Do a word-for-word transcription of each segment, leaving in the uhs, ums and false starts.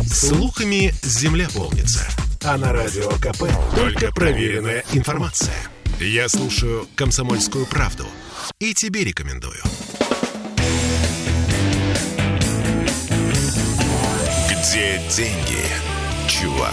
Слухами земля полнится. А на Радио КП только проверенная информация. Я слушаю «Комсомольскую правду» и тебе рекомендую. Где деньги, чувак?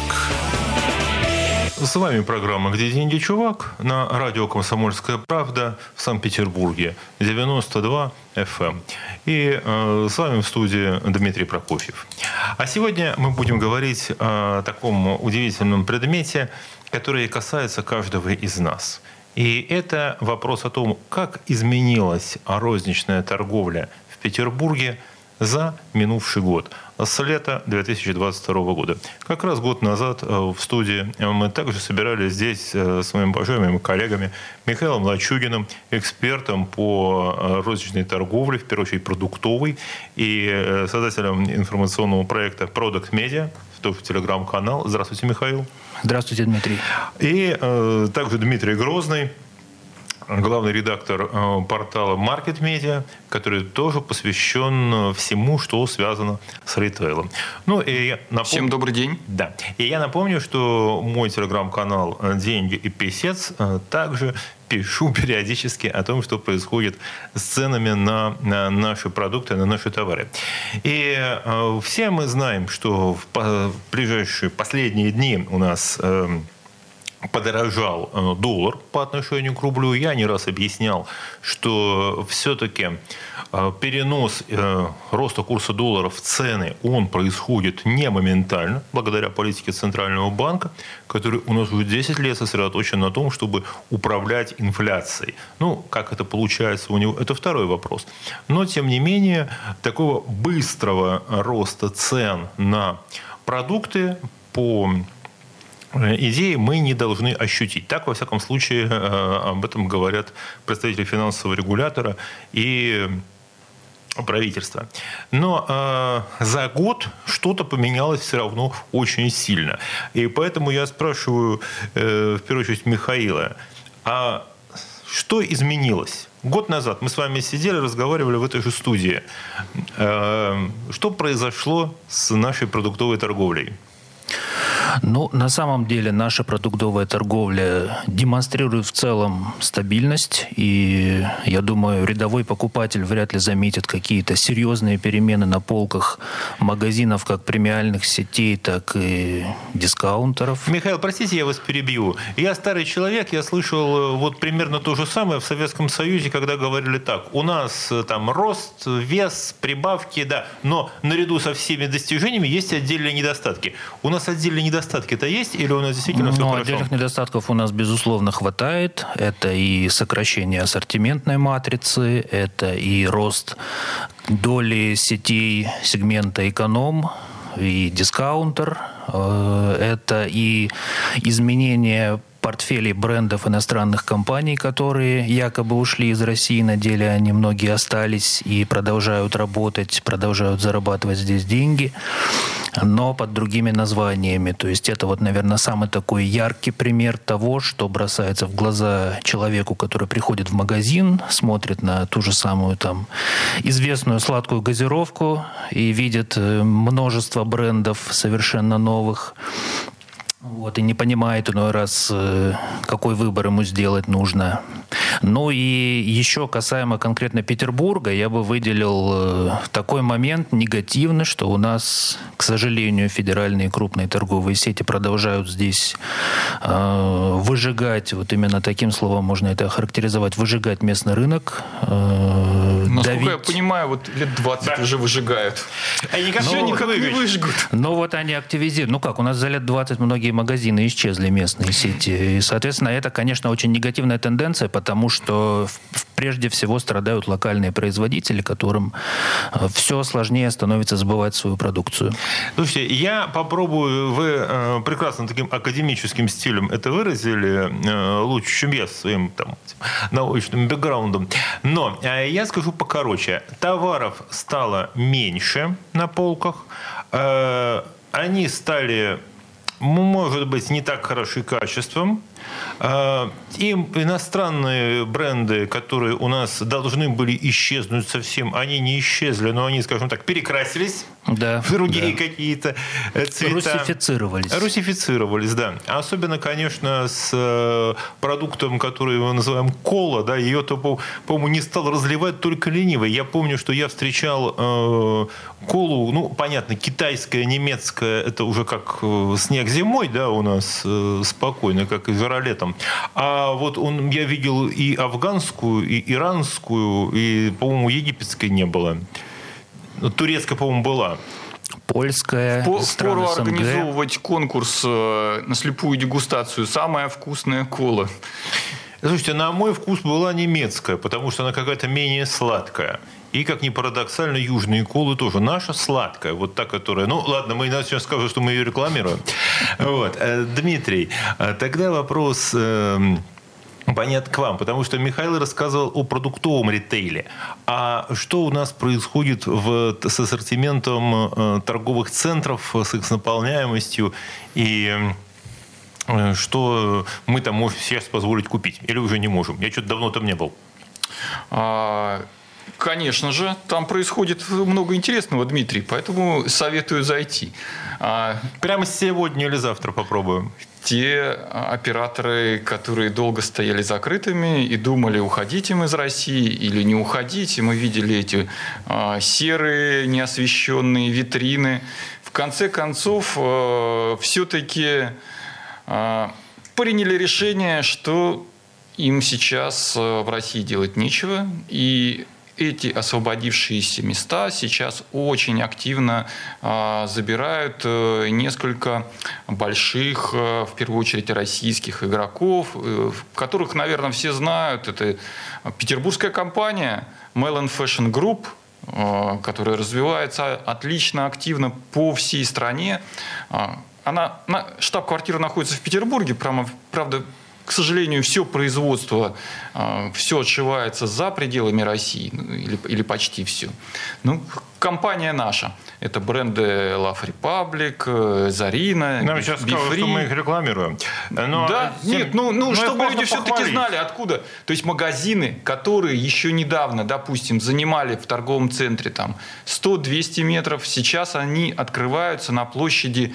С вами программа «Где деньги, чувак» на радио «Комсомольская правда» в Санкт-Петербурге, девяносто два эф эм. И э, с вами в студии Дмитрий Прокофьев. А сегодня мы будем говорить о таком удивительном предмете, который касается каждого из нас. И это вопрос о том, как изменилась розничная торговля в Петербурге за минувший год, с лета две тысячи двадцать второго года. Как раз год назад в студии мы также собирались здесь с моими уважаемыми коллегами Михаилом Лачугиным, экспертом по розничной торговле, в первую очередь продуктовой, и создателем информационного проекта Product Media, тоже телеграм-канал. Здравствуйте, Михаил. Здравствуйте, Дмитрий. И э, также Дмитрий Грозный, главный редактор портала Market Media, который тоже посвящен всему, что связано с ритейлом. Ну, и я напомню... Всем добрый день. Да. И я напомню, что мой телеграм-канал «Деньги и писец» также пишу периодически о том, что происходит с ценами на, на наши продукты, на наши товары. И э, все мы знаем, что в, в ближайшие последние дни у нас... Э, подорожал доллар по отношению к рублю. Я не раз объяснял, что все-таки перенос роста курса доллара в цены, он происходит не моментально, благодаря политике Центрального банка, который у нас уже десять лет сосредоточен на том, чтобы управлять инфляцией. Ну, как это получается у него, это второй вопрос. Но, тем не менее, такого быстрого роста цен на продукты по идеи мы не должны ощутить. Так, во всяком случае, об этом говорят представители финансового регулятора и правительства. Но э, за год что-то поменялось все равно очень сильно. И поэтому я спрашиваю, э, в первую очередь, Михаила, а что изменилось? Год назад мы с вами сидели, разговаривали в этой же студии. Э, что произошло с нашей продуктовой торговлей? Ну, на самом деле, наша продуктовая торговля демонстрирует в целом стабильность. И, я думаю, рядовой покупатель вряд ли заметит какие-то серьезные перемены на полках магазинов, как премиальных сетей, так и дискаунтеров. Михаил, простите, я вас перебью. Я старый человек, я слышал вот примерно то же самое в Советском Союзе, когда говорили так: у нас там рост, вес, прибавки, да, но наряду со всеми достижениями есть отдельные недостатки. У нас отдельные недостатки-то есть, или у нас действительно все ну, хорошо? Отдельных недостатков у нас, безусловно, хватает. Это и сокращение ассортиментной матрицы, это и рост доли сетей сегмента эконом и дискаунтер, это и изменение портфелей брендов иностранных компаний, которые якобы ушли из России, на деле они многие остались и продолжают работать, продолжают зарабатывать здесь деньги, но под другими названиями. То есть это вот, наверное, самый такой яркий пример того, что бросается в глаза человеку, который приходит в магазин, смотрит на ту же самую там известную сладкую газировку и видит множество брендов совершенно новых. Вот, и не понимает иной раз, какой выбор ему сделать нужно. Ну и еще касаемо конкретно Петербурга, я бы выделил такой момент негативный, что у нас, к сожалению, федеральные крупные торговые сети продолжают здесь э, выжигать, вот именно таким словом можно это охарактеризовать, выжигать местный рынок. Э, Насколько давить. я понимаю, вот лет двадцать да. уже выжигают. А никак ну, никак не выжгут. Ну вот они активизируют. Ну как, у нас за лет двадцать многие магазины исчезли, местные сети. И, соответственно, это, конечно, очень негативная тенденция, потому что прежде всего страдают локальные производители, которым все сложнее становится сбывать свою продукцию. Слушайте, я попробую, вы э, прекрасно таким академическим стилем это выразили, э, лучше, чем я своим там, научным бэкграундом. Но э, я скажу покороче. Товаров стало меньше на полках. Э, они стали, может быть, не так хороши качеством. И иностранные бренды, которые у нас должны были исчезнуть совсем, они не исчезли, но они, скажем так, перекрасились да, в другие да. какие-то цвета. Русифицировались. Русифицировались, да. Особенно, конечно, с продуктом, который мы называем кола, да, ее-то, по-моему, не стал разливать только ленивый. Я помню, что я встречал э, колу, ну, понятно, китайская, немецкая, это уже как снег зимой, да, у нас э, спокойно, как и жара летом. А вот он, я видел и афганскую, и иранскую, и, по-моему, египетской не было. Турецкая, по-моему, была. Польская, Впору организовывать конкурс на слепую дегустацию. Самая вкусная кола. Слушайте, на мой вкус была немецкая, потому что она какая-то менее сладкая. И, как ни парадоксально, южные колы тоже. Наша сладкая, вот та, которая... Ну, ладно, мы сейчас скажем, что мы ее рекламируем. Вот. Дмитрий, тогда вопрос... Понятно, к вам, потому что Михаил рассказывал о продуктовом ритейле. А что у нас происходит в, с ассортиментом э, торговых центров, с их наполняемостью, и э, что мы там можем сейчас позволить купить? Или уже не можем? Я что-то давно там не был. А... Конечно же, там происходит много интересного, Дмитрий, поэтому советую зайти. Прямо сегодня или завтра попробуем. Те операторы, которые долго стояли закрытыми и думали, уходить им из России или не уходить, и мы видели эти серые, неосвещенные витрины. В конце концов, все-таки приняли решение, что им сейчас в России делать нечего, и эти освободившиеся места сейчас очень активно а, забирают а, несколько больших, а, в первую очередь, российских игроков, а, которых, наверное, все знают. Это петербургская компания Melon Fashion Group, а, которая развивается отлично, активно по всей стране. А, она, на, штаб-квартира находится в Петербурге, прямо, правда, к сожалению, все производство, все отшивается за пределами России, или, или почти все. Ну, компания наша. Это бренды Love Republic, Зарина, Нам сейчас скажут, что мы их рекламируем. Но да, тем, нет, ну, ну чтобы люди все-таки похвалить. знали, откуда. То есть магазины, которые еще недавно, допустим, занимали в торговом центре там сто-двести метров, сейчас они открываются на площади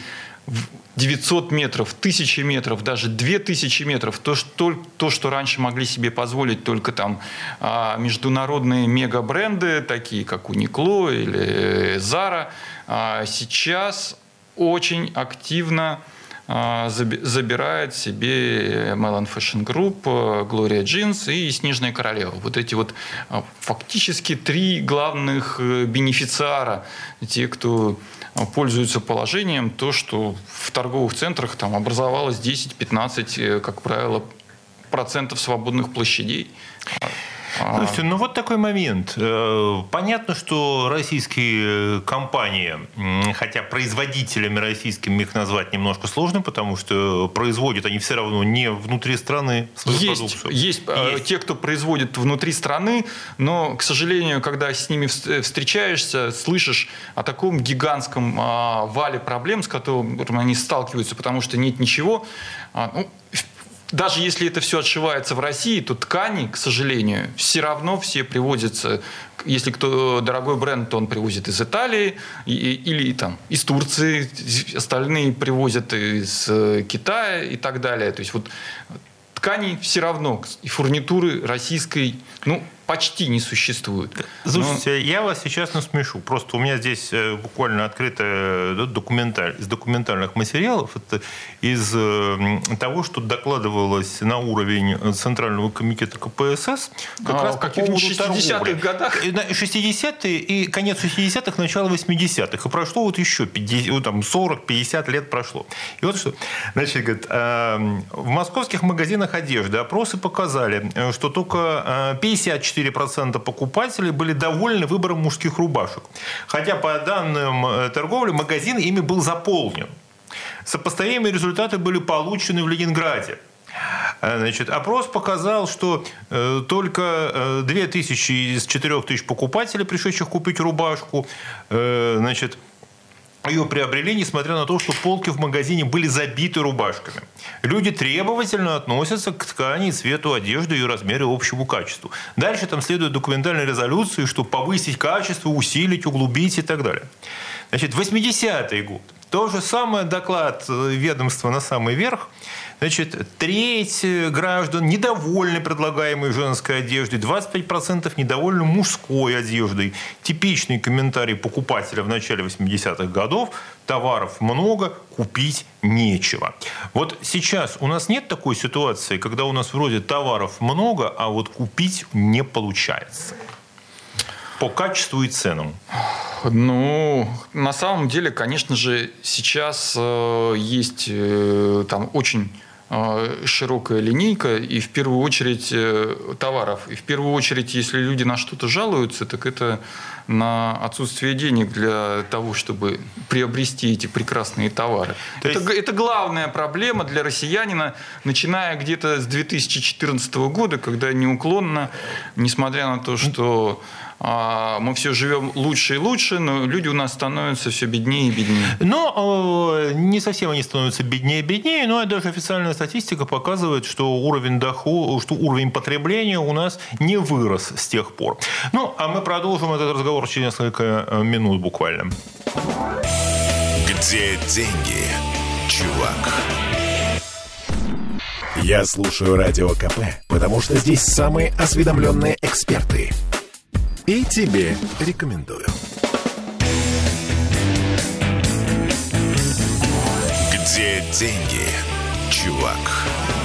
девятьсот метров, тысяча метров, даже две тысячи метров. То что, то, что раньше могли себе позволить только там а, международные мегабренды, такие как Uniqlo или Zara, а, сейчас очень активно а, забирает себе Melon Fashion Group, Gloria Jeans и Снежная Королева. Вот эти вот а, фактически три главных бенефициара, те, кто пользуются положением, то, что в торговых центрах там образовалось десять-пятнадцать, как правило, процентов свободных площадей. Слушайте, ну вот такой момент. Понятно, что российские компании, хотя производителями российскими их назвать немножко сложно, потому что производят они все равно не внутри страны свою есть, продукцию. Есть, есть те, кто производит внутри страны, но, к сожалению, когда с ними встречаешься, слышишь о таком гигантском вале проблем, с которыми они сталкиваются, потому что нет ничего. Ну, даже если это все отшивается в России, то ткани, к сожалению, все равно все привозятся. Если кто дорогой бренд, то он привозит из Италии или там, из Турции, остальные привозят из Китая и так далее. То есть вот тканей все равно и фурнитуры российской, ну, почти не существует. Слушайте, Но... я вас сейчас насмешу. Просто у меня здесь буквально открыто документаль... из документальных материалов. Это из того, что докладывалось на уровень Центрального комитета ка пэ эс эс. Как а, раз в каких-нибудь шестидесятых годах? шестидесятые и конец шестидесятых, начало восьмидесятых. И прошло вот еще пятьдесят, там, сорок-пятьдесят лет прошло. И вот что. Значит, говорит, в московских магазинах одежды опросы показали, что только пятьдесят четыре процента покупателей были довольны выбором мужских рубашек. Хотя, по данным торговли, магазин ими был заполнен. Сопоставимые результаты были получены в Ленинграде. Значит, опрос показал, что э, только э, две тысячи из четырёх тысяч покупателей, пришедших купить рубашку, э, значит, ее приобрели, несмотря на то, что полки в магазине были забиты рубашками. Люди требовательно относятся к ткани, цвету одежды, ее размеру и общему качеству. Дальше там следуют документальные резолюции, чтобы повысить качество, усилить, углубить и так далее. Значит, восьмидесятый год. То же самое, доклад ведомства на самый верх. Значит, треть граждан недовольны предлагаемой женской одеждой, двадцать пять процентов недовольны мужской одеждой. Типичный комментарий покупателя в начале восьмидесятых годов: товаров много, купить нечего. Вот сейчас у нас нет такой ситуации, когда у нас вроде товаров много, а вот купить не получается. По качеству и ценам. Ну, на самом деле, конечно же, сейчас э, есть э, там очень э, широкая линейка, и в первую очередь э, товаров. И в первую очередь, если люди на что-то жалуются, так это на отсутствие денег для того, чтобы приобрести эти прекрасные товары. Это, есть... это главная проблема для россиянина, начиная где-то с две тысячи четырнадцатого года, когда неуклонно, несмотря на то, что мы все живем лучше и лучше, но люди у нас становятся все беднее и беднее. Но не совсем они становятся беднее и беднее, но даже официальная статистика показывает, что уровень дохода, что уровень потребления у нас не вырос с тех пор. Ну, а мы продолжим этот разговор через несколько минут буквально. Где деньги, чувак? Я слушаю Радио КП, потому что здесь самые осведомленные эксперты. И тебе рекомендую. Где деньги, чувак?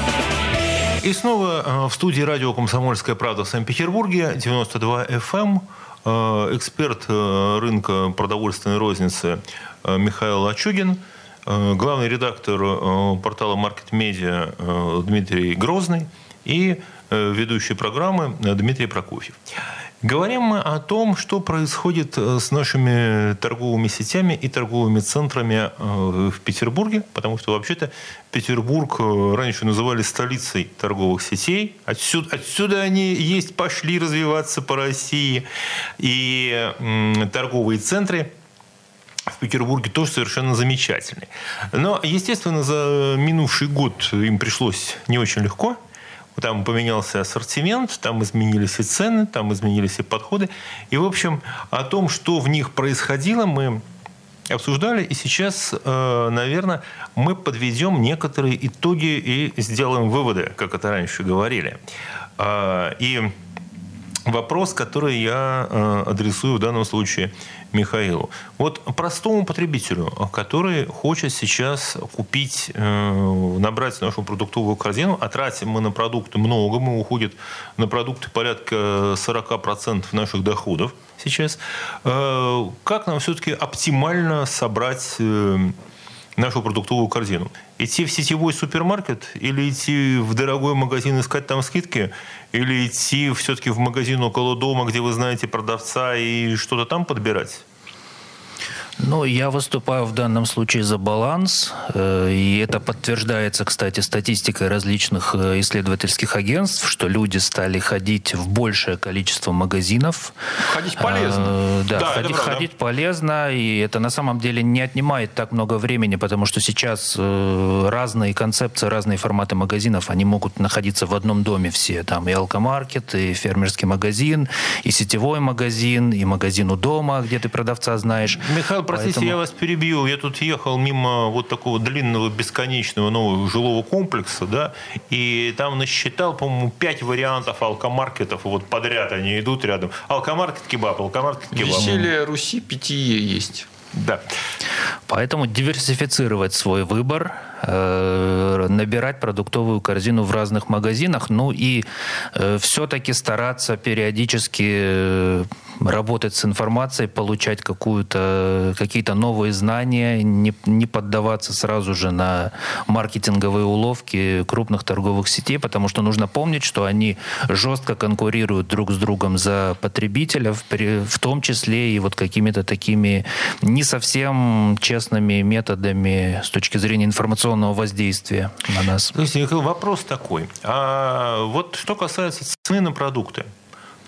И снова в студии радио «Комсомольская правда» в Санкт-Петербурге, девяносто два эф эм, эксперт рынка продовольственной розницы Михаил Лачугин, главный редактор портала Market Media Дмитрий Грозный и ведущий программы Дмитрий Прокофьев. Говорим мы о том, что происходит с нашими торговыми сетями и торговыми центрами в Петербурге, потому что вообще-то Петербург раньше называли столицей торговых сетей. Отсюда, отсюда они есть, пошли развиваться по России. И м, торговые центры в Петербурге тоже совершенно замечательные. Но, естественно, за минувший год им пришлось не очень легко. Там поменялся ассортимент, там изменились и цены, там изменились и подходы. И, в общем, о том, что в них происходило, мы обсуждали. И сейчас, наверное, мы подведем некоторые итоги и сделаем выводы, как это раньше говорили. И вопрос, который я адресую в данном случае Михаилу. Вот простому потребителю, который хочет сейчас купить, набрать нашу продуктовую корзину, а тратим мы на продукты много, мы уходит на продукты порядка сорок процентов наших доходов сейчас. Как нам все-таки оптимально собрать нашу продуктовую корзину? Идти в сетевой супермаркет или идти в дорогой магазин искать там скидки? Или идти все-таки в магазин около дома, где вы знаете продавца, и что-то там подбирать? Ну, я выступаю в данном случае за баланс, и это подтверждается, кстати, статистикой различных исследовательских агентств, что люди стали ходить в большее количество магазинов. Ходить полезно. А, да, да, ходить, ходить полезно, и это на самом деле не отнимает так много времени, потому что сейчас разные концепции, разные форматы магазинов, они могут находиться в одном доме все. Там и алкомаркет, и фермерский магазин, и сетевой магазин, и магазин у дома, где ты продавца знаешь. Михаил, простите, Поэтому... я вас перебью. Я тут ехал мимо вот такого длинного, бесконечного нового жилого комплекса, да, и там насчитал, по-моему, пять вариантов алкомаркетов, вот подряд они идут рядом. Алкомаркет-кебаб, алкомаркет-кебаб. Веселье Руси питье есть. Да. Поэтому диверсифицировать свой выбор, э, набирать продуктовую корзину в разных магазинах, ну и э, все-таки стараться периодически э, работать с информацией, получать какую-то, какие-то новые знания, не, не поддаваться сразу же на маркетинговые уловки крупных торговых сетей, потому что нужно помнить, что они жестко конкурируют друг с другом за потребителя, в, в том числе и вот какими-то такими не совсем честными методами с точки зрения информационного воздействия на нас. То есть, вопрос такой. А вот что касается цены на продукты.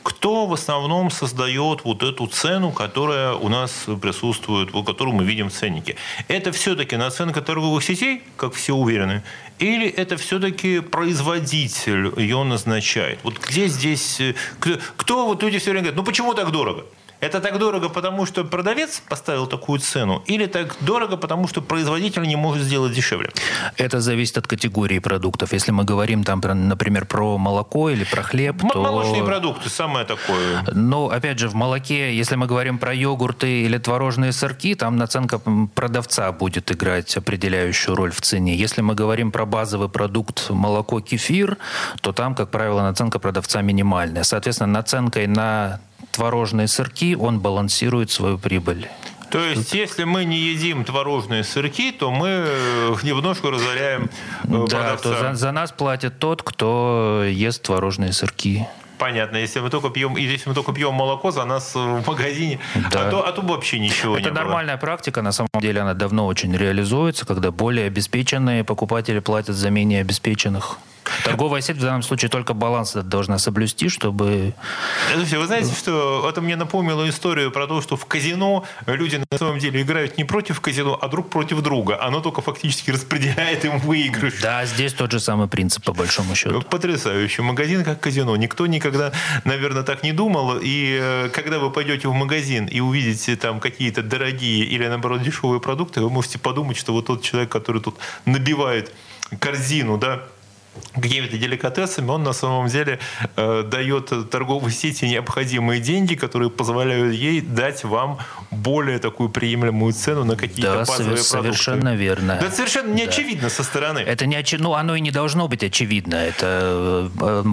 кто в основном создает вот эту цену, которая у нас присутствует, которую мы видим в ценнике? Это все-таки наценка торговых сетей, как все уверены, или это все-таки производитель ее назначает? Вот где здесь... Кто, кто вот люди все время говорят, ну почему так дорого? Это так дорого, потому что продавец поставил такую цену, или так дорого, потому что производитель не может сделать дешевле? Это зависит от категории продуктов. Если мы говорим, там, например, про молоко или про хлеб, М- то... Молочные продукты, самое такое. Ну, опять же, в молоке, если мы говорим про йогурты или творожные сырки, там наценка продавца будет играть определяющую роль в цене. Если мы говорим про базовый продукт молоко, кефир, то там, как правило, наценка продавца минимальная. Соответственно, наценкой на творожные сырки он балансирует свою прибыль. То есть, если мы не едим творожные сырки, то мы немножко разоряем продавца. Да, то за, за нас платит тот, кто ест творожные сырки. Понятно. Если мы только пьем, если мы только пьем молоко, за нас в магазине, да. а, то, а то вообще ничего Это не было. Это нормальная практика, на самом деле она давно очень реализуется, когда более обеспеченные покупатели платят за менее обеспеченных. Торговая сеть в данном случае только баланс должна соблюсти, чтобы... Слушайте, вы знаете, что это мне напомнило историю про то, что в казино люди на самом деле играют не против казино, а друг против друга. Оно только фактически распределяет им выигрыш. Да, здесь тот же самый принцип, по большому счету. Потрясающе. Магазин как казино. Никто никогда, наверное, так не думал. И когда вы пойдете в магазин и увидите там какие-то дорогие или, наоборот, дешевые продукты, вы можете подумать, что вот тот человек, который тут набивает корзину, да, какими-то деликатесами, он на самом деле э, дает торговой сети необходимые деньги, которые позволяют ей дать вам более такую приемлемую цену на какие-то да, базовые продукты. Совершенно верно. Да, это совершенно не да. очевидно со стороны. Это не оч... Ну, оно и не должно быть очевидно. Это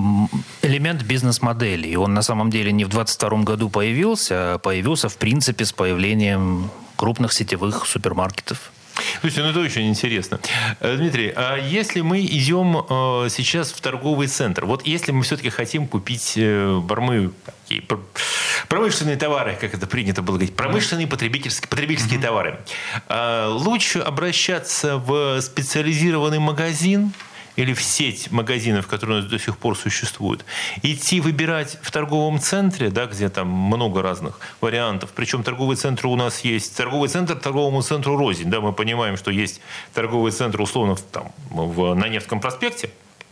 элемент бизнес-модели. И он на самом деле не в двадцать втором году появился, а появился, в принципе, с появлением крупных сетевых супермаркетов. Слушайте, ну это очень интересно. Дмитрий, а если мы идем э, сейчас в торговый центр, вот если мы все-таки хотим купить э, бармы, такие, промышленные товары, как это принято было говорить, промышленные потребительские, потребительские mm-hmm. товары, э, лучше обращаться в специализированный магазин или в сеть магазинов, которые у нас до сих пор существуют, идти выбирать в торговом центре, да, где там много разных вариантов. Причем торговый центр у нас есть. Торговый центр торговому центру рознь. Да, мы понимаем, что есть торговый центр условно там, в, на Невском проспекте,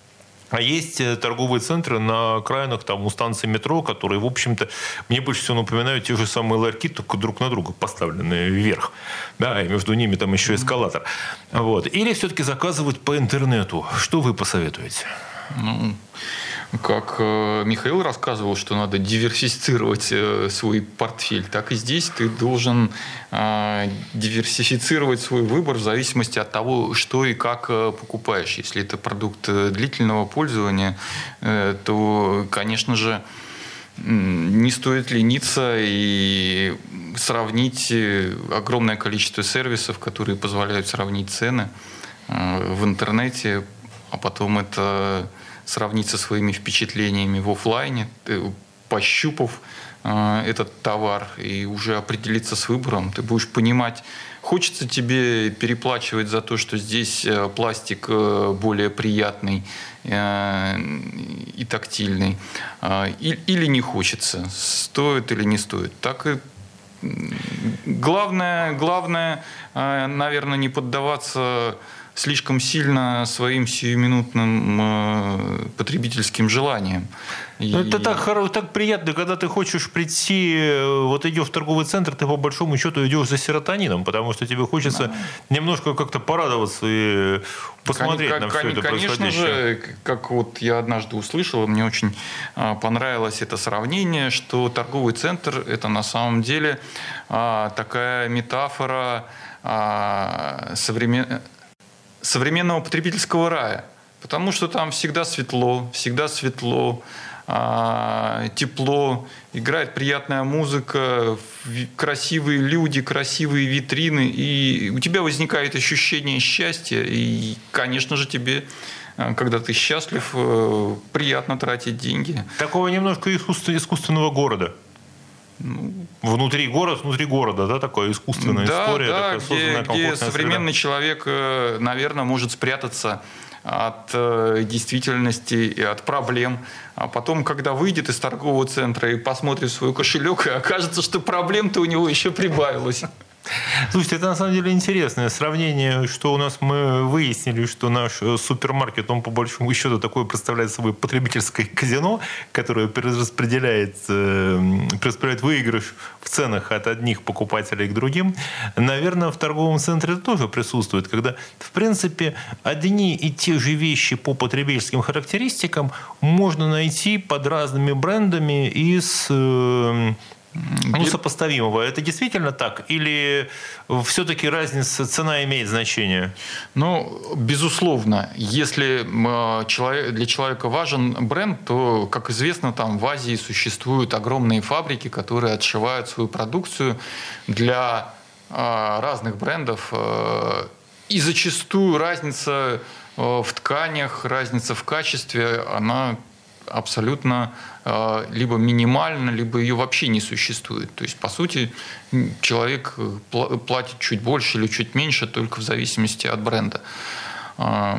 а есть торговые центры на окраинах там, у станции метро, которые, в общем-то, мне больше всего напоминают те же самые ларьки, только друг на друга поставленные вверх. Да, и между ними там еще эскалатор. Вот. Или все-таки заказывать по интернету. Что вы посоветуете? Ну, как э, Михаил рассказывал, что надо диверсифицировать э, свой портфель, так и здесь ты должен э, диверсифицировать свой выбор в зависимости от того, что и как э, покупаешь. Если это продукт э, длительного пользования, э, то, конечно же, не стоит лениться и сравнить огромное количество сервисов, которые позволяют сравнить цены э, в интернете, а потом это сравнить со своими впечатлениями в офлайне, пощупав э, этот товар и уже определиться с выбором. Ты будешь понимать, хочется тебе переплачивать за то, что здесь пластик более приятный э, и тактильный, э, или не хочется, стоит или не стоит. Так и главное, главное э, наверное, не поддаваться слишком сильно своим сиюминутным э, потребительским желаниям. И... Это так, так приятно, когда ты хочешь прийти, вот идешь в торговый центр, ты по большому счету идешь за серотонином, потому что тебе хочется да. немножко как-то порадоваться и посмотреть как, на все это происходящее. Конечно же, как вот я однажды услышал, мне очень понравилось это сравнение, что торговый центр – это на самом деле такая метафора современного современного потребительского рая, потому что там всегда светло, всегда светло, тепло, играет приятная музыка, красивые люди, красивые витрины, и у тебя возникает ощущение счастья, и, конечно же, тебе, когда ты счастлив, приятно тратить деньги. Такого немножко искусственного города. Ну, внутри города, внутри города, да, такая искусственная да, история. Да, такая где, где современный среда. человек, наверное, может спрятаться от э, действительности и от проблем. А потом, когда выйдет из торгового центра и посмотрит в свой кошелек, и окажется, что проблем-то у него еще прибавилось. Слушайте, это на самом деле интересное сравнение, что у нас мы выяснили, что наш супермаркет, он по большому счету такое представляет собой потребительское казино, которое перераспределяет, перераспределяет выигрыш в ценах от одних покупателей к другим. Наверное, в торговом центре это тоже присутствует, когда, в принципе, одни и те же вещи по потребительским характеристикам можно найти под разными брендами из... Ну, сопоставимого. Это действительно так? Или все-таки разница, цена имеет значение? Ну, безусловно. Если для человека важен бренд, то, как известно, там в Азии существуют огромные фабрики, которые отшивают свою продукцию для разных брендов. И зачастую разница в тканях, разница в качестве, она абсолютно э, либо минимальна, либо ее вообще не существует. То есть, по сути, человек платит чуть больше или чуть меньше, только в зависимости от бренда. Э,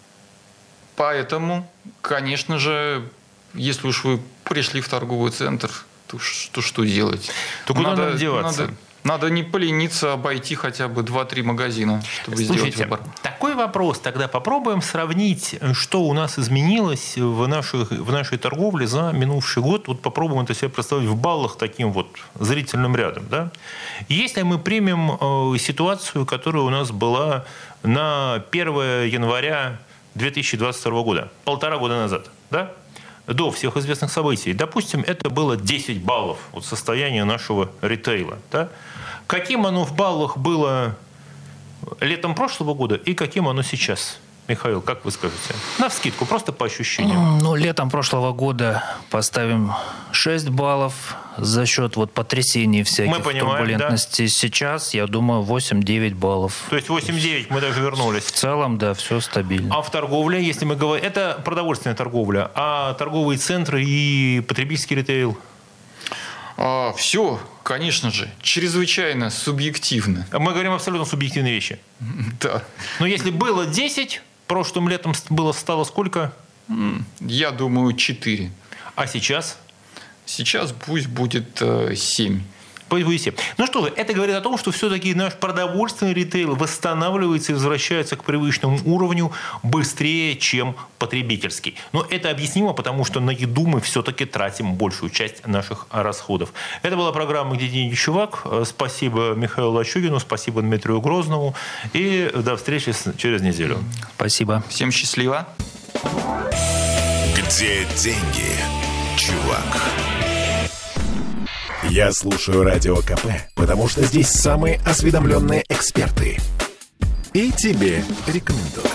поэтому, конечно же, если уж вы пришли в торговый центр, то, то что делать? То куда надо деваться? Надо, надо не полениться, обойти хотя бы два-три магазина, чтобы Слушайте, сделать выбор. Такой вопрос. Тогда попробуем сравнить, что у нас изменилось в, наших, в нашей торговле за минувший год. Вот попробуем это себе представить в баллах таким вот зрительным рядом. Да? Если мы примем э, ситуацию, которая у нас была на первое января две тысячи двадцать второго года, полтора года назад, да? До всех известных событий. Допустим, это было десять баллов от состояния нашего ритейла. Да? Каким оно в баллах было летом прошлого года и каким оно сейчас? Михаил, как вы скажете? Навскидку, просто по ощущениям. Ну, летом прошлого года поставим шесть баллов за счет вот потрясений всяких, мы понимаем, турбулентности. Да? Сейчас, я думаю, восемь-девять баллов. То есть восемь-девять мы даже вернулись. В целом, да, все стабильно. А в торговле, если мы говорим... Это продовольственная торговля. А торговые центры и потребительский ритейл? А, все, конечно же, чрезвычайно субъективно. Мы говорим абсолютно субъективные вещи. Да. Но если было десять... Прошлым летом было, стало сколько? Я думаю, четыре. А сейчас? Сейчас пусть будет э, семь. Пусть будет семь. Ну что, это говорит о том, что все-таки наш продовольственный ритейл восстанавливается и возвращается к привычному уровню быстрее, чем потребительский. Но это объяснимо, потому что на еду мы все-таки тратим большую часть наших расходов. Это была программа «Где деньги, чувак?». Спасибо Михаилу Лачугину, спасибо Дмитрию Грозному. И до встречи через неделю. Спасибо. Всем счастливо. Где деньги, чувак? Я слушаю Радио КП, потому что здесь самые осведомленные эксперты. И тебе рекомендую.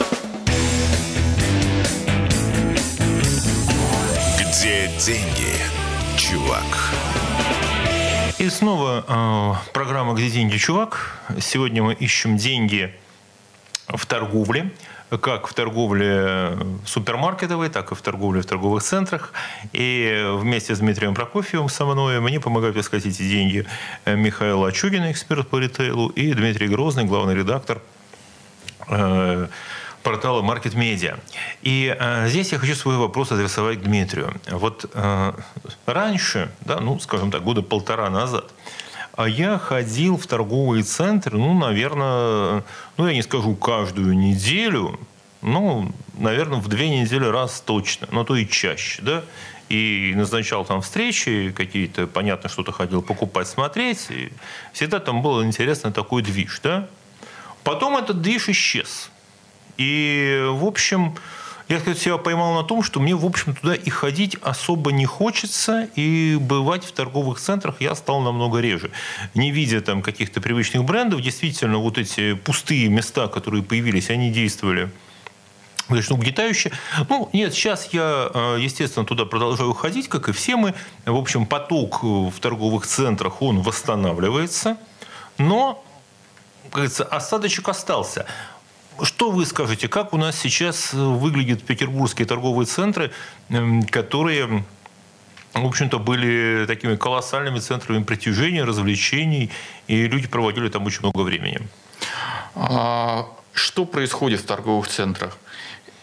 Где деньги, чувак? И снова э, программа «Где деньги, чувак?». Сегодня мы ищем деньги в торговле. Как в торговле супермаркетовой, так и в торговле в торговых центрах. И вместе с Дмитрием Прокофьевым со мной мне помогают искать эти деньги Михаил Лачугин, эксперт по ритейлу, и Дмитрий Грозный, главный редактор э, портала Market Media. И э, здесь я хочу свой вопрос адресовать к Дмитрию. Вот э, раньше, да, ну, скажем так, года полтора назад, а я ходил в торговые центры, ну, наверное, ну, я не скажу каждую неделю, ну, наверное, в две недели раз точно, но то и чаще, да. И назначал там встречи какие-то, понятно, что-то ходил покупать, смотреть. И всегда там был интересный такой движ, да. Потом этот движ исчез. И, в общем... Я, кстати, себя поймал на том, что мне, в общем, туда и ходить особо не хочется, и бывать в торговых центрах я стал намного реже. Не видя там каких-то привычных брендов, действительно, вот эти пустые места, которые появились, они действовали достаточно угнетающе. Ну, нет, сейчас я, естественно, туда продолжаю ходить, как и все мы. В общем, поток в торговых центрах, он восстанавливается, но, как говорится, осадочек остался. Что вы скажете, как у нас сейчас выглядят петербургские торговые центры, которые, в общем-то, были такими колоссальными центрами притяжения, развлечений, и люди проводили там очень много времени? Что происходит в торговых центрах?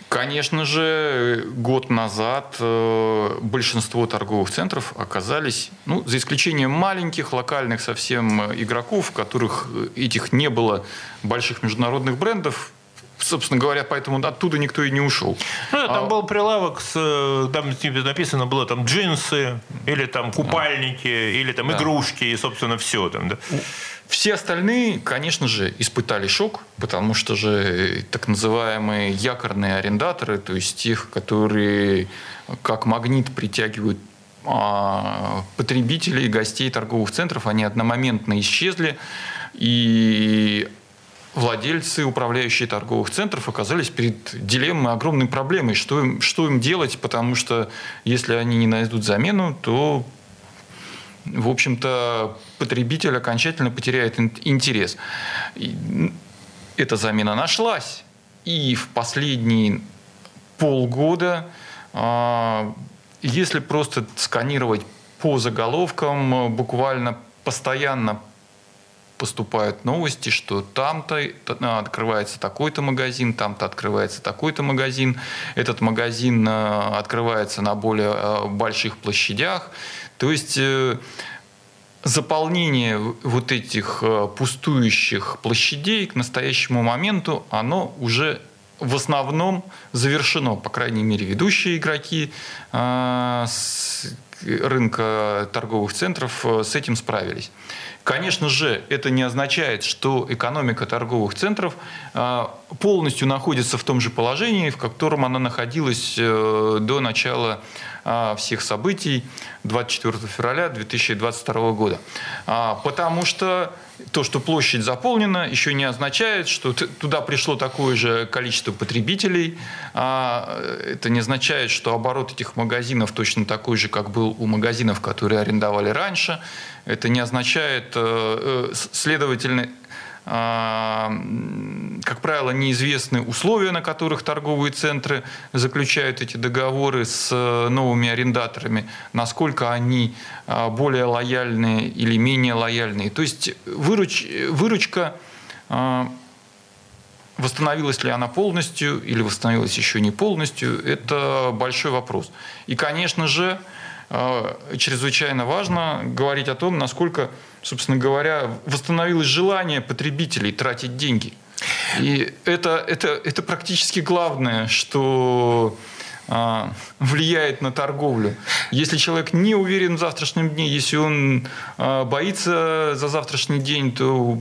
Конечно же, год назад большинство торговых центров оказались, ну, за исключением маленьких, локальных совсем игроков, у которых этих не было больших международных брендов, собственно говоря, поэтому оттуда никто и не ушел. Ну, там а... был прилавок, с, там написано было там джинсы, или там купальники, да. или там да. игрушки, и, собственно, все там, да. Все остальные, конечно же, испытали шок, потому что же так называемые якорные арендаторы, то есть тех, которые как магнит притягивают а, потребителей, гостей торговых центров, они одномоментно исчезли, и владельцы, управляющие торговых центров оказались перед дилеммой, огромной проблемой, что им, что им делать, потому что если они не найдут замену, то, в общем-то, потребитель окончательно потеряет интерес. Эта замена нашлась, и в последние полгода, если просто сканировать по заголовкам, буквально постоянно поступают новости, что там-то открывается такой-то магазин, там-то открывается такой-то магазин, этот магазин открывается на более больших площадях. То есть заполнение вот этих пустующих площадей к настоящему моменту, оно уже в основном завершено. По крайней мере, ведущие игроки рынка торговых центров с этим справились. Конечно же, это не означает, что экономика торговых центров полностью находится в том же положении, в котором она находилась до начала всех событий двадцать четвёртого февраля две тысячи двадцать второго года. Потому что то, что площадь заполнена, еще не означает, что туда пришло такое же количество потребителей. Это не означает, что оборот этих магазинов точно такой же, как был у магазинов, которые арендовали раньше. Это не означает, следовательно, как правило, неизвестны условия, на которых торговые центры заключают эти договоры с новыми арендаторами, насколько они более лояльные или менее лояльные. То есть выруч, выручка, восстановилась ли она полностью или восстановилась еще не полностью, это большой вопрос. И, конечно же, чрезвычайно важно говорить о том, насколько, собственно говоря, восстановилось желание потребителей тратить деньги. И это, это, это практически главное, что а, влияет на торговлю. Если человек не уверен в завтрашнем дне, если он а, боится за завтрашний день, то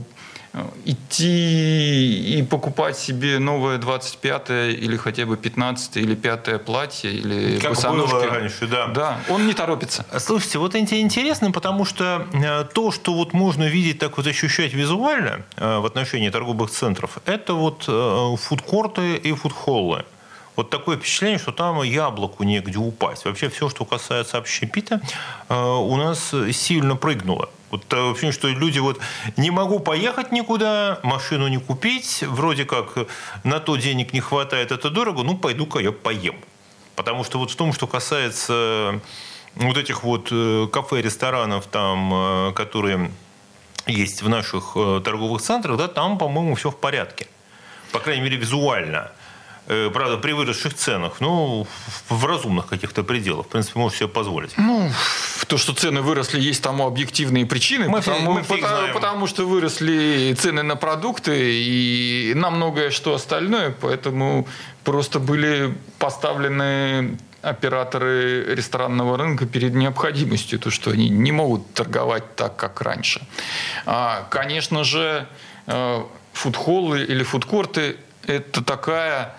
идти и покупать себе новое двадцать пятое или хотя бы пятнадцатое или пятое платье или как босоножки. Было раньше, да. Да, он не торопится. Слушайте, вот это интересно, потому что то, что вот можно видеть, так вот ощущать визуально в отношении торговых центров, это вот фудкорты и фудхоллы. Вот такое впечатление, что там яблоку негде упасть. Вообще все, что касается общепита, у нас сильно прыгнуло. Вот вообще, что люди вот не могу поехать никуда, машину не купить, вроде как на то денег не хватает, это дорого, ну пойду-ка я поем. Потому что вот в том, что касается вот этих вот кафе, ресторанов, там, которые есть в наших торговых центрах, да, там, по-моему, все в порядке. По крайней мере, визуально. Правда, при выросших ценах, ну, в разумных каких-то пределах. В принципе, можешь себе позволить. Ну, то, что цены выросли, есть тому объективные причины. Мы потому, мы потому, потому что выросли цены на продукты и на многое что остальное. Поэтому просто были поставлены операторы ресторанного рынка перед необходимостью, то, что они не могут торговать так, как раньше. Конечно же, фудхоллы или фудкорты – это такая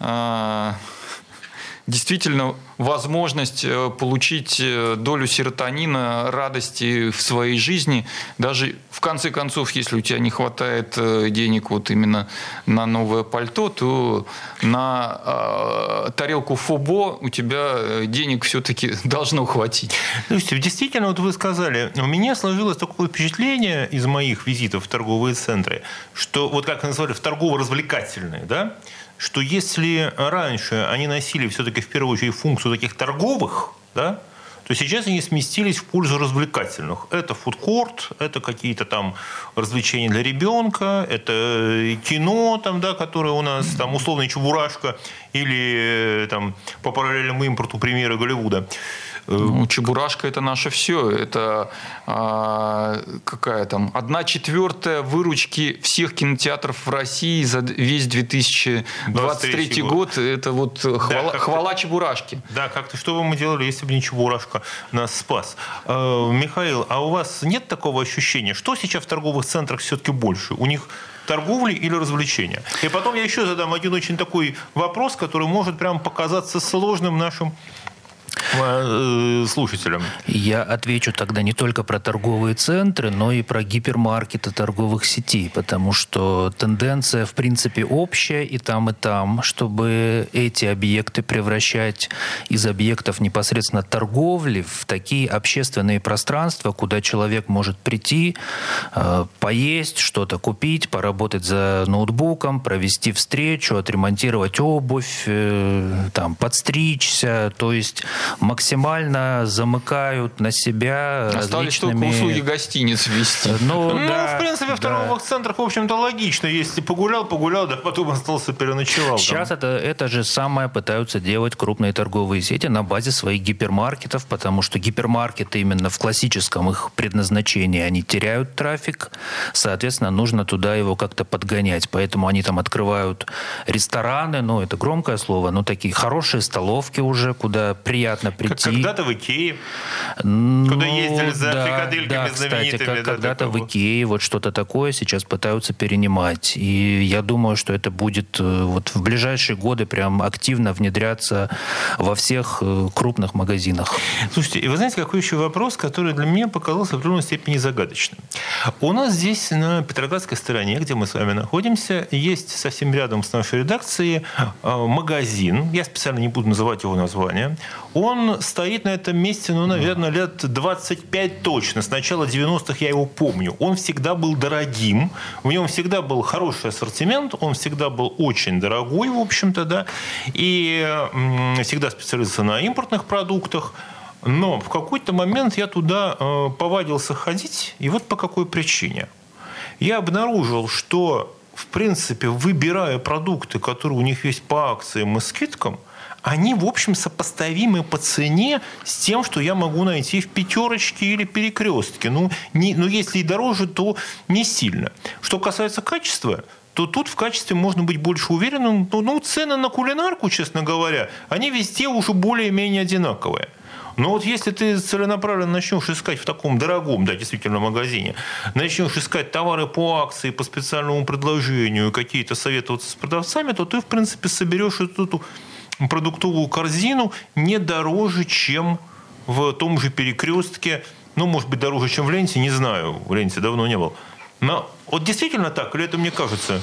действительно возможность получить долю серотонина, радости в своей жизни. Даже в конце концов, если у тебя не хватает денег вот именно на новое пальто, то на э, тарелку фобо у тебя денег все-таки должно хватить. Слушайте, действительно, вот вы сказали, у меня сложилось такое впечатление из моих визитов в торговые центры, что вот как назвали, в торгово-развлекательные, да, что если раньше они носили все-таки в первую очередь функцию таких торговых, да, то сейчас они сместились в пользу развлекательных. Это фудкорт, это какие-то там развлечения для ребенка, это кино, там, да, которое у нас, там, условно, Чебурашка, или там, по параллельному импорту премьеры Голливуда. Ну, Чебурашка — это наше все. Это а, какая там одна четвертая выручки всех кинотеатров в России за весь две тысячи двадцать третий год. год. Это вот хвала, да, хвала Чебурашки. Да, как-то что бы мы делали, если бы не Чебурашка нас спас? Э, Михаил, а у вас нет такого ощущения, что сейчас в торговых центрах все-таки больше? У них торговли или развлечения? И потом я еще задам один очень такой вопрос, который может прям показаться сложным нашим слушателям. Я отвечу тогда не только про торговые центры, но и про гипермаркеты торговых сетей, потому что тенденция, в принципе, общая и там, и там, чтобы эти объекты превращать из объектов непосредственно торговли в такие общественные пространства, куда человек может прийти, поесть, что-то купить, поработать за ноутбуком, провести встречу, отремонтировать обувь, там, подстричься, то есть максимально замыкают на себя Остались различными... только услуги гостиниц вести. Ну, ну да, в принципе, в торговых да. центрах, в общем-то, логично. Если погулял, погулял, да потом остался, переночевал. Сейчас это, это же самое пытаются делать крупные торговые сети на базе своих гипермаркетов, потому что гипермаркеты именно в классическом их предназначении, они теряют трафик, соответственно, нужно туда его как-то подгонять. Поэтому они там открывают рестораны, ну, это громкое слово, но такие хорошие столовки уже, куда приятно прийти. Как когда-то в Икее, ну, куда ездили за да, фрикадельками да, кстати, знаменитыми. как Да, когда-то такого. в Икее вот что-то такое сейчас пытаются перенимать. И я думаю, что это будет вот в ближайшие годы прям активно внедряться во всех крупных магазинах. Слушайте, и вы знаете, какой еще вопрос, который для меня показался в определенной степени загадочным. У нас здесь, на Петроградской стороне, где мы с вами находимся, есть совсем рядом с нашей редакцией магазин, я специально не буду называть его название. Он стоит на этом месте, ну, наверное, лет двадцать пять точно. С начала девяностых я его помню. Он всегда был дорогим, в нем всегда был хороший ассортимент, он всегда был очень дорогой, в общем-то, да, и м- всегда специализировался на импортных продуктах. Но в какой-то момент я туда э, повадился ходить, и вот по какой причине. Я обнаружил, что, в принципе, выбирая продукты, которые у них есть по акциям и скидкам, они, в общем, сопоставимы по цене с тем, что я могу найти в «Пятерочке» или «Перекрестке». Ну, не, ну, если и дороже, то не сильно. Что касается качества, то тут в качестве можно быть больше уверенным. Ну, ну цены на кулинарку, честно говоря, они везде уже более-менее одинаковые. Но вот если ты целенаправленно начнешь искать в таком дорогом, да, действительно, магазине, начнешь искать товары по акции, по специальному предложению, какие-то советоваться с продавцами, то ты, в принципе, соберешь эту продуктовую корзину не дороже, чем в том же «Перекрестке». Ну, может быть, дороже, чем в «Ленте», не знаю. В «Ленте» давно не был. Но вот действительно так, или это мне кажется?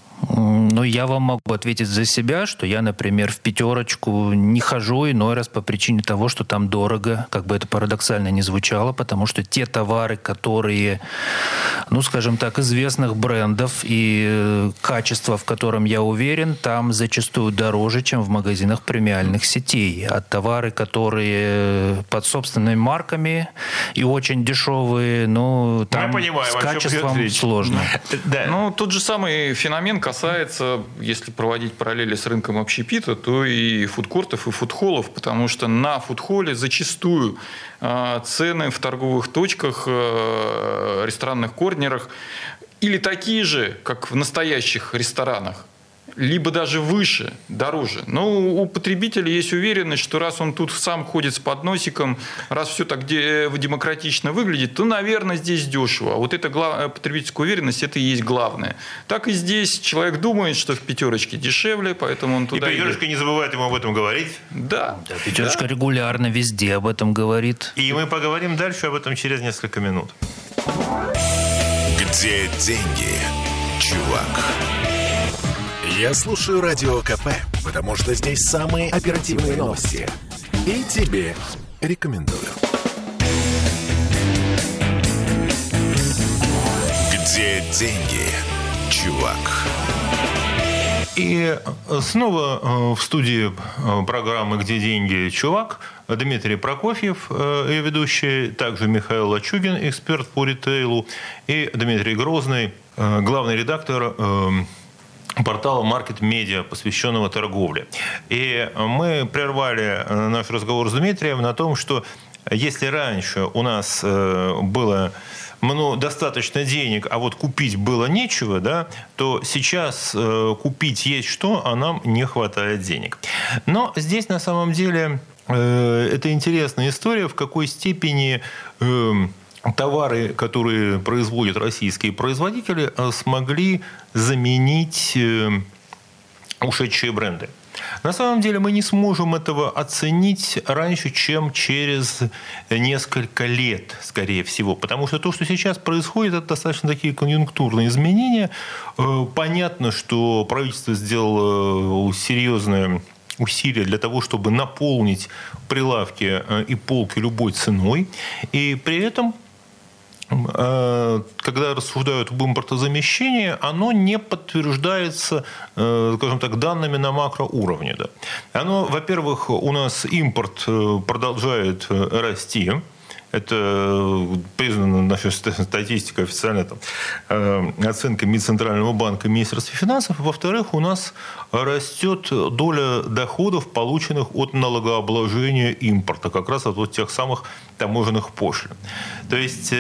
Ну, я вам могу ответить за себя, что я, например, в «Пятерочку» не хожу иной раз по причине того, что там дорого, как бы это парадоксально ни звучало, потому что те товары, которые, ну, скажем так, известных брендов и качество, в котором я уверен, там зачастую дороже, чем в магазинах премиальных сетей. А товары, которые под собственными марками и очень дешевые, ну, там понимаем, с качеством сложно. Да. Ну, тот же самый феномен касается, если проводить параллели с рынком общепита, то и фудкортов, и фудхоллов, потому что на фудхолле зачастую э, цены в торговых точках, э, ресторанных корнерах или такие же, как в настоящих ресторанах, либо даже выше, дороже. Но у потребителя есть уверенность, что раз он тут сам ходит с подносиком, раз все так демократично выглядит, то, наверное, здесь дешево. А вот эта глав... потребительская уверенность, это и есть главное. Так и здесь человек думает, что в «Пятерочке» дешевле, поэтому он туда и «Пятерочка» не забывает ему об этом говорить. Да. да «Пятерочка» да. регулярно везде об этом говорит. И мы поговорим дальше об этом через несколько минут. Где деньги, чувак? Я слушаю Радио КП, потому что здесь самые оперативные новости. И тебе рекомендую. Где деньги, чувак? И снова в студии программы «Где деньги, чувак?» Дмитрий Прокофьев, ее ведущий, также Михаил Лачугин, эксперт по ритейлу, и Дмитрий Грозный, главный редактор портала Market Media, посвященного торговле. И мы прервали наш разговор с Дмитрием на том, что если раньше у нас было ну, достаточно денег, а вот купить было нечего, да, то сейчас купить есть что, а нам не хватает денег. Но здесь на самом деле это интересная история, в какой степени товары, которые производят российские производители, смогли заменить ушедшие бренды. На самом деле мы не сможем этого оценить раньше, чем через несколько лет, скорее всего. Потому что то, что сейчас происходит, это достаточно такие конъюнктурные изменения. Понятно, что правительство сделало серьезное усилия для того, чтобы наполнить прилавки и полки любой ценой. И при этом, когда рассуждают об импортозамещении, оно не подтверждается, скажем так, данными на макроуровне. Да. Оно, во-первых, у нас импорт продолжает расти. Это признано нашей статистикой, официальной там, оценкой Минцентрального банка и Министерства финансов. Во-вторых, у нас растет доля доходов, полученных от налогообложения импорта, как раз от вот тех самых таможенных пошлин. То есть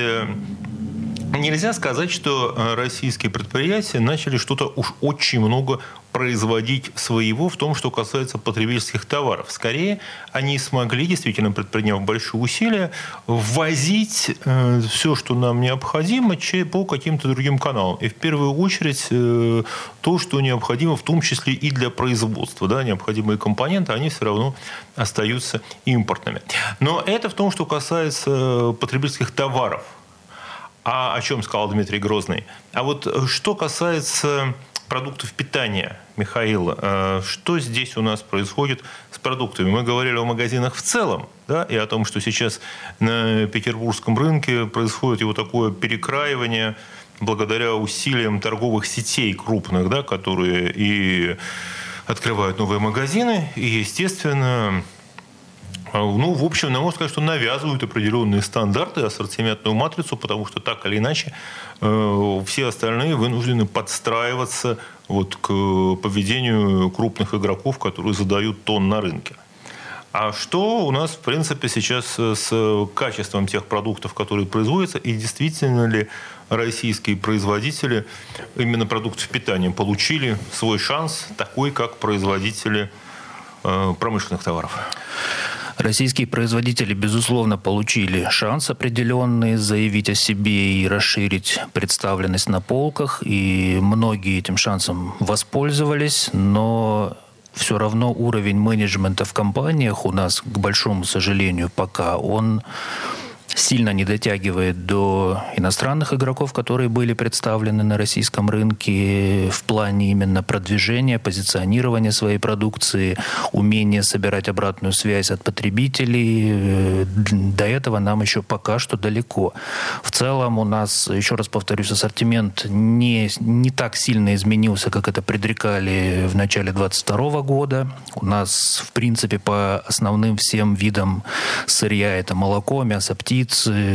нельзя сказать, что российские предприятия начали что-то уж очень много производить своего в том, что касается потребительских товаров. Скорее, они смогли, действительно предприняв большие усилия, ввозить э, все, что нам необходимо, по каким-то другим каналам. И в первую очередь э, то, что необходимо, в том числе и для производства. Да, необходимые компоненты, они все равно остаются импортными. Но это в том, что касается потребительских товаров. А о чем сказал Дмитрий Грозный? А вот что касается продуктов питания, Михаил, что здесь у нас происходит с продуктами? Мы говорили о магазинах в целом, да, и о том, что сейчас на петербургском рынке происходит его такое перекраивание благодаря усилиям торговых сетей крупных, да, которые и открывают новые магазины, и, естественно, ну, в общем, можно сказать, что навязывают определенные стандарты, ассортиментную матрицу, потому что так или иначе э, все остальные вынуждены подстраиваться вот, к поведению крупных игроков, которые задают тон на рынке. А что у нас, в принципе, сейчас с качеством тех продуктов, которые производятся, и действительно ли российские производители именно продуктов питания получили свой шанс, такой, как производители э, промышленных товаров? Российские производители, безусловно, получили шанс определенный заявить о себе и расширить представленность на полках, и многие этим шансом воспользовались, но все равно уровень менеджмента в компаниях у нас, к большому сожалению, пока он сильно не дотягивает до иностранных игроков, которые были представлены на российском рынке в плане именно продвижения, позиционирования своей продукции, умения собирать обратную связь от потребителей. До этого нам еще пока что далеко. В целом у нас, еще раз повторюсь, ассортимент не, не так сильно изменился, как это предрекали в начале двадцать второго года. У нас, в принципе, по основным всем видам сырья это молоко, мясо, птицы,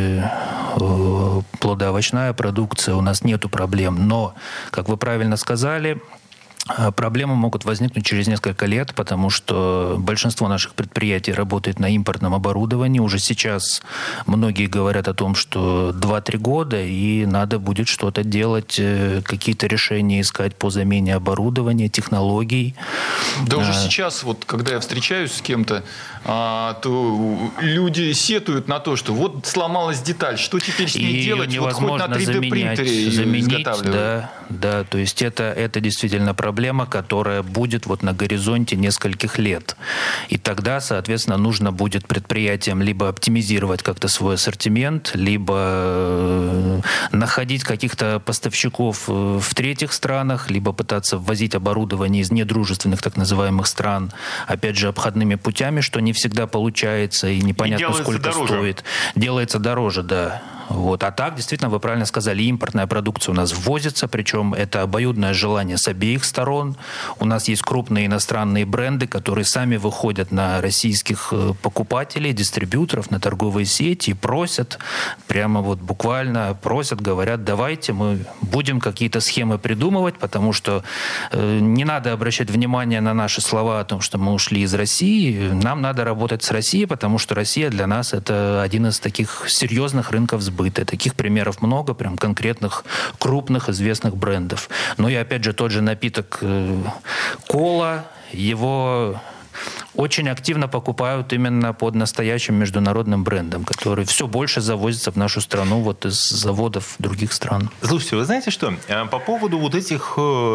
плодоовощная продукция, у нас нету проблем. Но, как вы правильно сказали, проблемы могут возникнуть через несколько лет, потому что большинство наших предприятий работает на импортном оборудовании. Уже сейчас многие говорят о том, что два-три года, и надо будет что-то делать, какие-то решения искать по замене оборудования, технологий. Да уже сейчас, вот, когда я встречаюсь с кем-то, то люди сетуют на то, что вот сломалась деталь, что теперь с ней и делать? Вот хоть на три дэ принтере заменить, да, да, то есть это, это действительно проблема. Проблема, которая будет вот на горизонте нескольких лет. И тогда, соответственно, нужно будет предприятиям либо оптимизировать как-то свой ассортимент, либо находить каких-то поставщиков в третьих странах, либо пытаться ввозить оборудование из недружественных так называемых стран, опять же, обходными путями, что не всегда получается и непонятно, и сколько дороже. Стоит. Делается дороже, да. Вот. А так, действительно, вы правильно сказали, импортная продукция у нас ввозится, причем это обоюдное желание с обеих сторон. У нас есть крупные иностранные бренды, которые сами выходят на российских покупателей, дистрибьюторов, на торговые сети и просят, прямо вот буквально просят, говорят, давайте мы будем какие-то схемы придумывать, потому что э, не надо обращать внимание на наши слова о том, что мы ушли из России. Нам надо работать с Россией, потому что Россия для нас это один из таких серьезных рынков сбыта. Таких примеров много, прям конкретных, крупных, известных брендов. Ну и опять же тот же напиток э, кола, его очень активно покупают именно под настоящим международным брендом, который все больше завозится в нашу страну вот из заводов других стран. Слушайте, вы знаете что? По поводу вот этих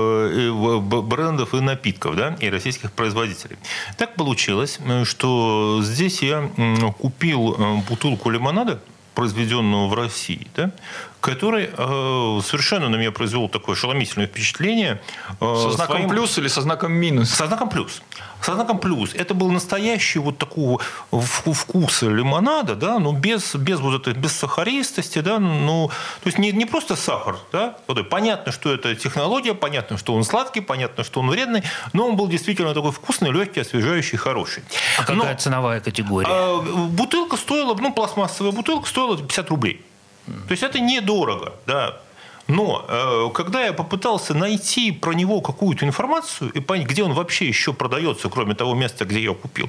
брендов и напитков, да, и российских производителей. Так получилось, что здесь я купил бутылку лимонада, произведенного в России, да, который э, совершенно на меня произвел такое ошеломительное впечатление. Э, со знаком своим... плюс или со знаком минус? Со знаком плюс. Со знаком плюс. Это был настоящий вот такого вкуса лимонада, да, но без, без вот этой без сахаристости, да, ну, то есть не, не просто сахар, да, понятно, что это технология, понятно, что он сладкий, понятно, что он вредный, но он был действительно такой вкусный, легкий, освежающий, хороший. А какая но, ценовая категория? Э, бутылка стоила, ну, пластмассовая бутылка стоила пятьдесят рублей. То есть это недорого, да. Но э, когда я попытался найти про него какую-то информацию и понять, где он вообще еще продается, кроме того места, где я купил,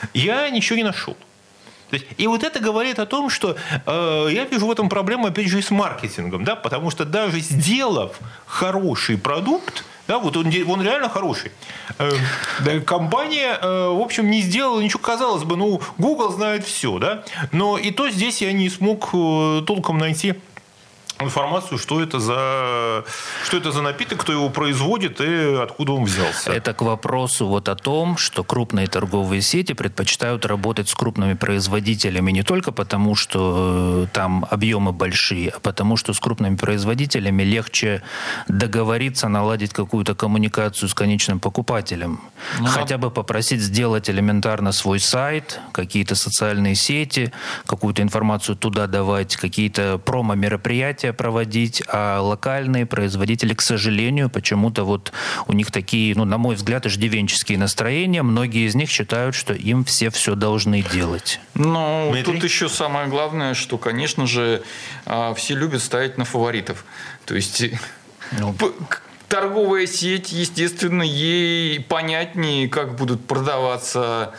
я ничего не нашел. То есть, и вот это говорит о том, что э, я вижу в этом проблему, опять же, и с маркетингом, да, потому что даже сделав хороший продукт, да, вот он, он реально хороший. Э, да, компания, э, в общем, не сделала ничего, казалось бы, ну, Google знает все, да, но и то здесь я не смог э, толком найти информацию, что это за, что это за напиток, кто его производит и откуда он взялся. Это к вопросу вот о том, что крупные торговые сети предпочитают работать с крупными производителями не только потому, что там объемы большие, а потому, что с крупными производителями легче договориться, наладить какую-то коммуникацию с конечным покупателем. Ну, хотя бы попросить сделать элементарно свой сайт, какие-то социальные сети, какую-то информацию туда давать, какие-то промо-мероприятия проводить, а локальные производители, к сожалению, почему-то вот у них такие, ну, на мой взгляд, иждивенческие настроения. Многие из них считают, что им все все должны делать. Ну, тут еще самое главное, что, конечно же, все любят ставить на фаворитов. То есть ну, торговая сеть, естественно, ей понятнее, как будут продаваться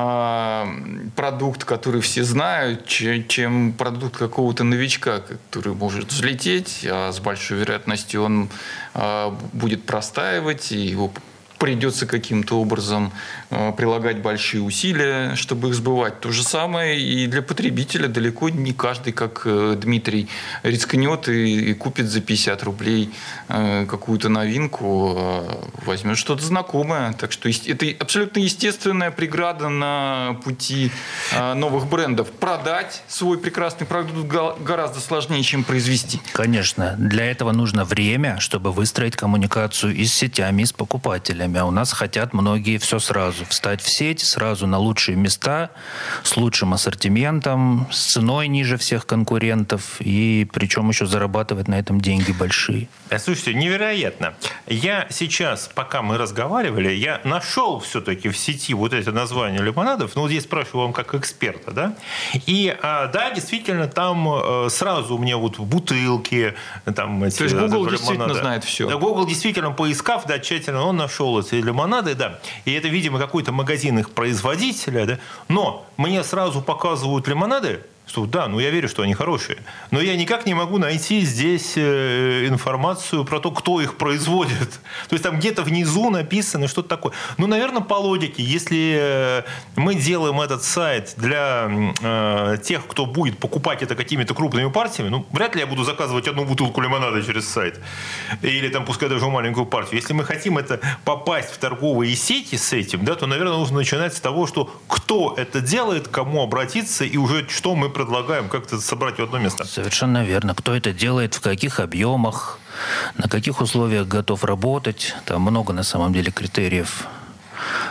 продукт, который все знают, чем продукт какого-то новичка, который может взлететь, а с большой вероятностью он будет простаивать, и его придется каким-то образом прилагать большие усилия, чтобы их сбывать. То же самое и для потребителя. Далеко не каждый, как Дмитрий, рискнет и, и купит за пятьдесят рублей какую-то новинку, возьмет что-то знакомое. Так что это абсолютно естественная преграда на пути новых брендов. Продать свой прекрасный продукт гораздо сложнее, чем произвести. Конечно. Для этого нужно время, чтобы выстроить коммуникацию и с сетями, и с покупателями. А у нас хотят многие все сразу. Встать в сеть, сразу на лучшие места, с лучшим ассортиментом, с ценой ниже всех конкурентов, и причем еще зарабатывать на этом деньги большие. Слушайте, невероятно. Я сейчас, пока мы разговаривали, я нашел все-таки в сети вот эти названия лимонадов, ну, вот здесь спрашиваю вам как эксперта, да, и да, действительно, там сразу у меня вот в бутылке, там эти, то есть Google лимонады. Действительно знает все. Да, Google действительно, поискав, да, тщательно, он нашел эти лимонады, да, и это, видимо, какой-то магазин их производителя, да, но мне сразу показывают лимонады, что да, ну я верю, что они хорошие. Но я никак не могу найти здесь информацию про то, кто их производит. То есть там где-то внизу написано что-то такое. Ну, наверное, по логике, если мы делаем этот сайт для э, тех, кто будет покупать это какими-то крупными партиями, ну, вряд ли я буду заказывать одну бутылку лимонада через сайт. Или там, пускай даже маленькую партию. Если мы хотим это попасть в торговые сети с этим, да, то, наверное, нужно начинать с того, что кто это делает, кому обратиться, и уже что мы предлагаем как-то собрать в одно место. Совершенно верно. Кто это делает, в каких объемах, на каких условиях готов работать. Там много, на самом деле, критериев.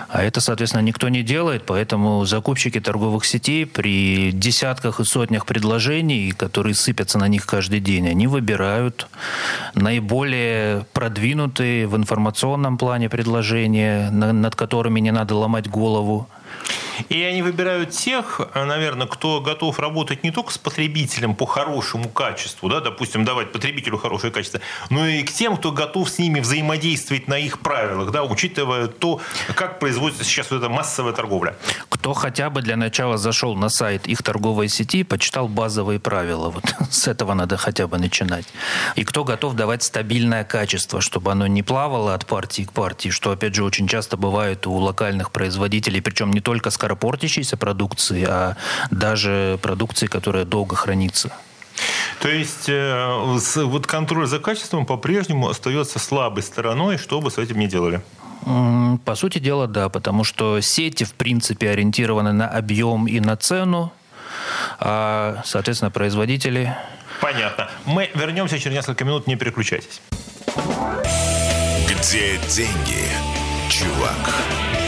А это, соответственно, никто не делает, поэтому закупщики торговых сетей при десятках и сотнях предложений, которые сыпятся на них каждый день, они выбирают наиболее продвинутые в информационном плане предложения, над которыми не надо ломать голову. И они выбирают тех, наверное, кто готов работать не только с потребителем по хорошему качеству, да, допустим, давать потребителю хорошее качество, но и к тем, кто готов с ними взаимодействовать на их правилах, да, учитывая то, как производится сейчас вот эта массовая торговля. Кто хотя бы для начала зашел на сайт их торговой сети, почитал базовые правила. Вот с этого надо хотя бы начинать. И кто готов давать стабильное качество, чтобы оно не плавало от партии к партии, что, опять же, очень часто бывает у локальных производителей, причем не только скоропортящейся продукции, а даже продукции, которая долго хранится. То есть э, с, вот контроль за качеством по-прежнему остается слабой стороной, что бы с этим ни делали? По сути дела, да, потому что сети, в принципе, ориентированы на объем и на цену, а, соответственно, производители... Понятно. Мы вернемся через несколько минут, не переключайтесь. Где деньги, чувак?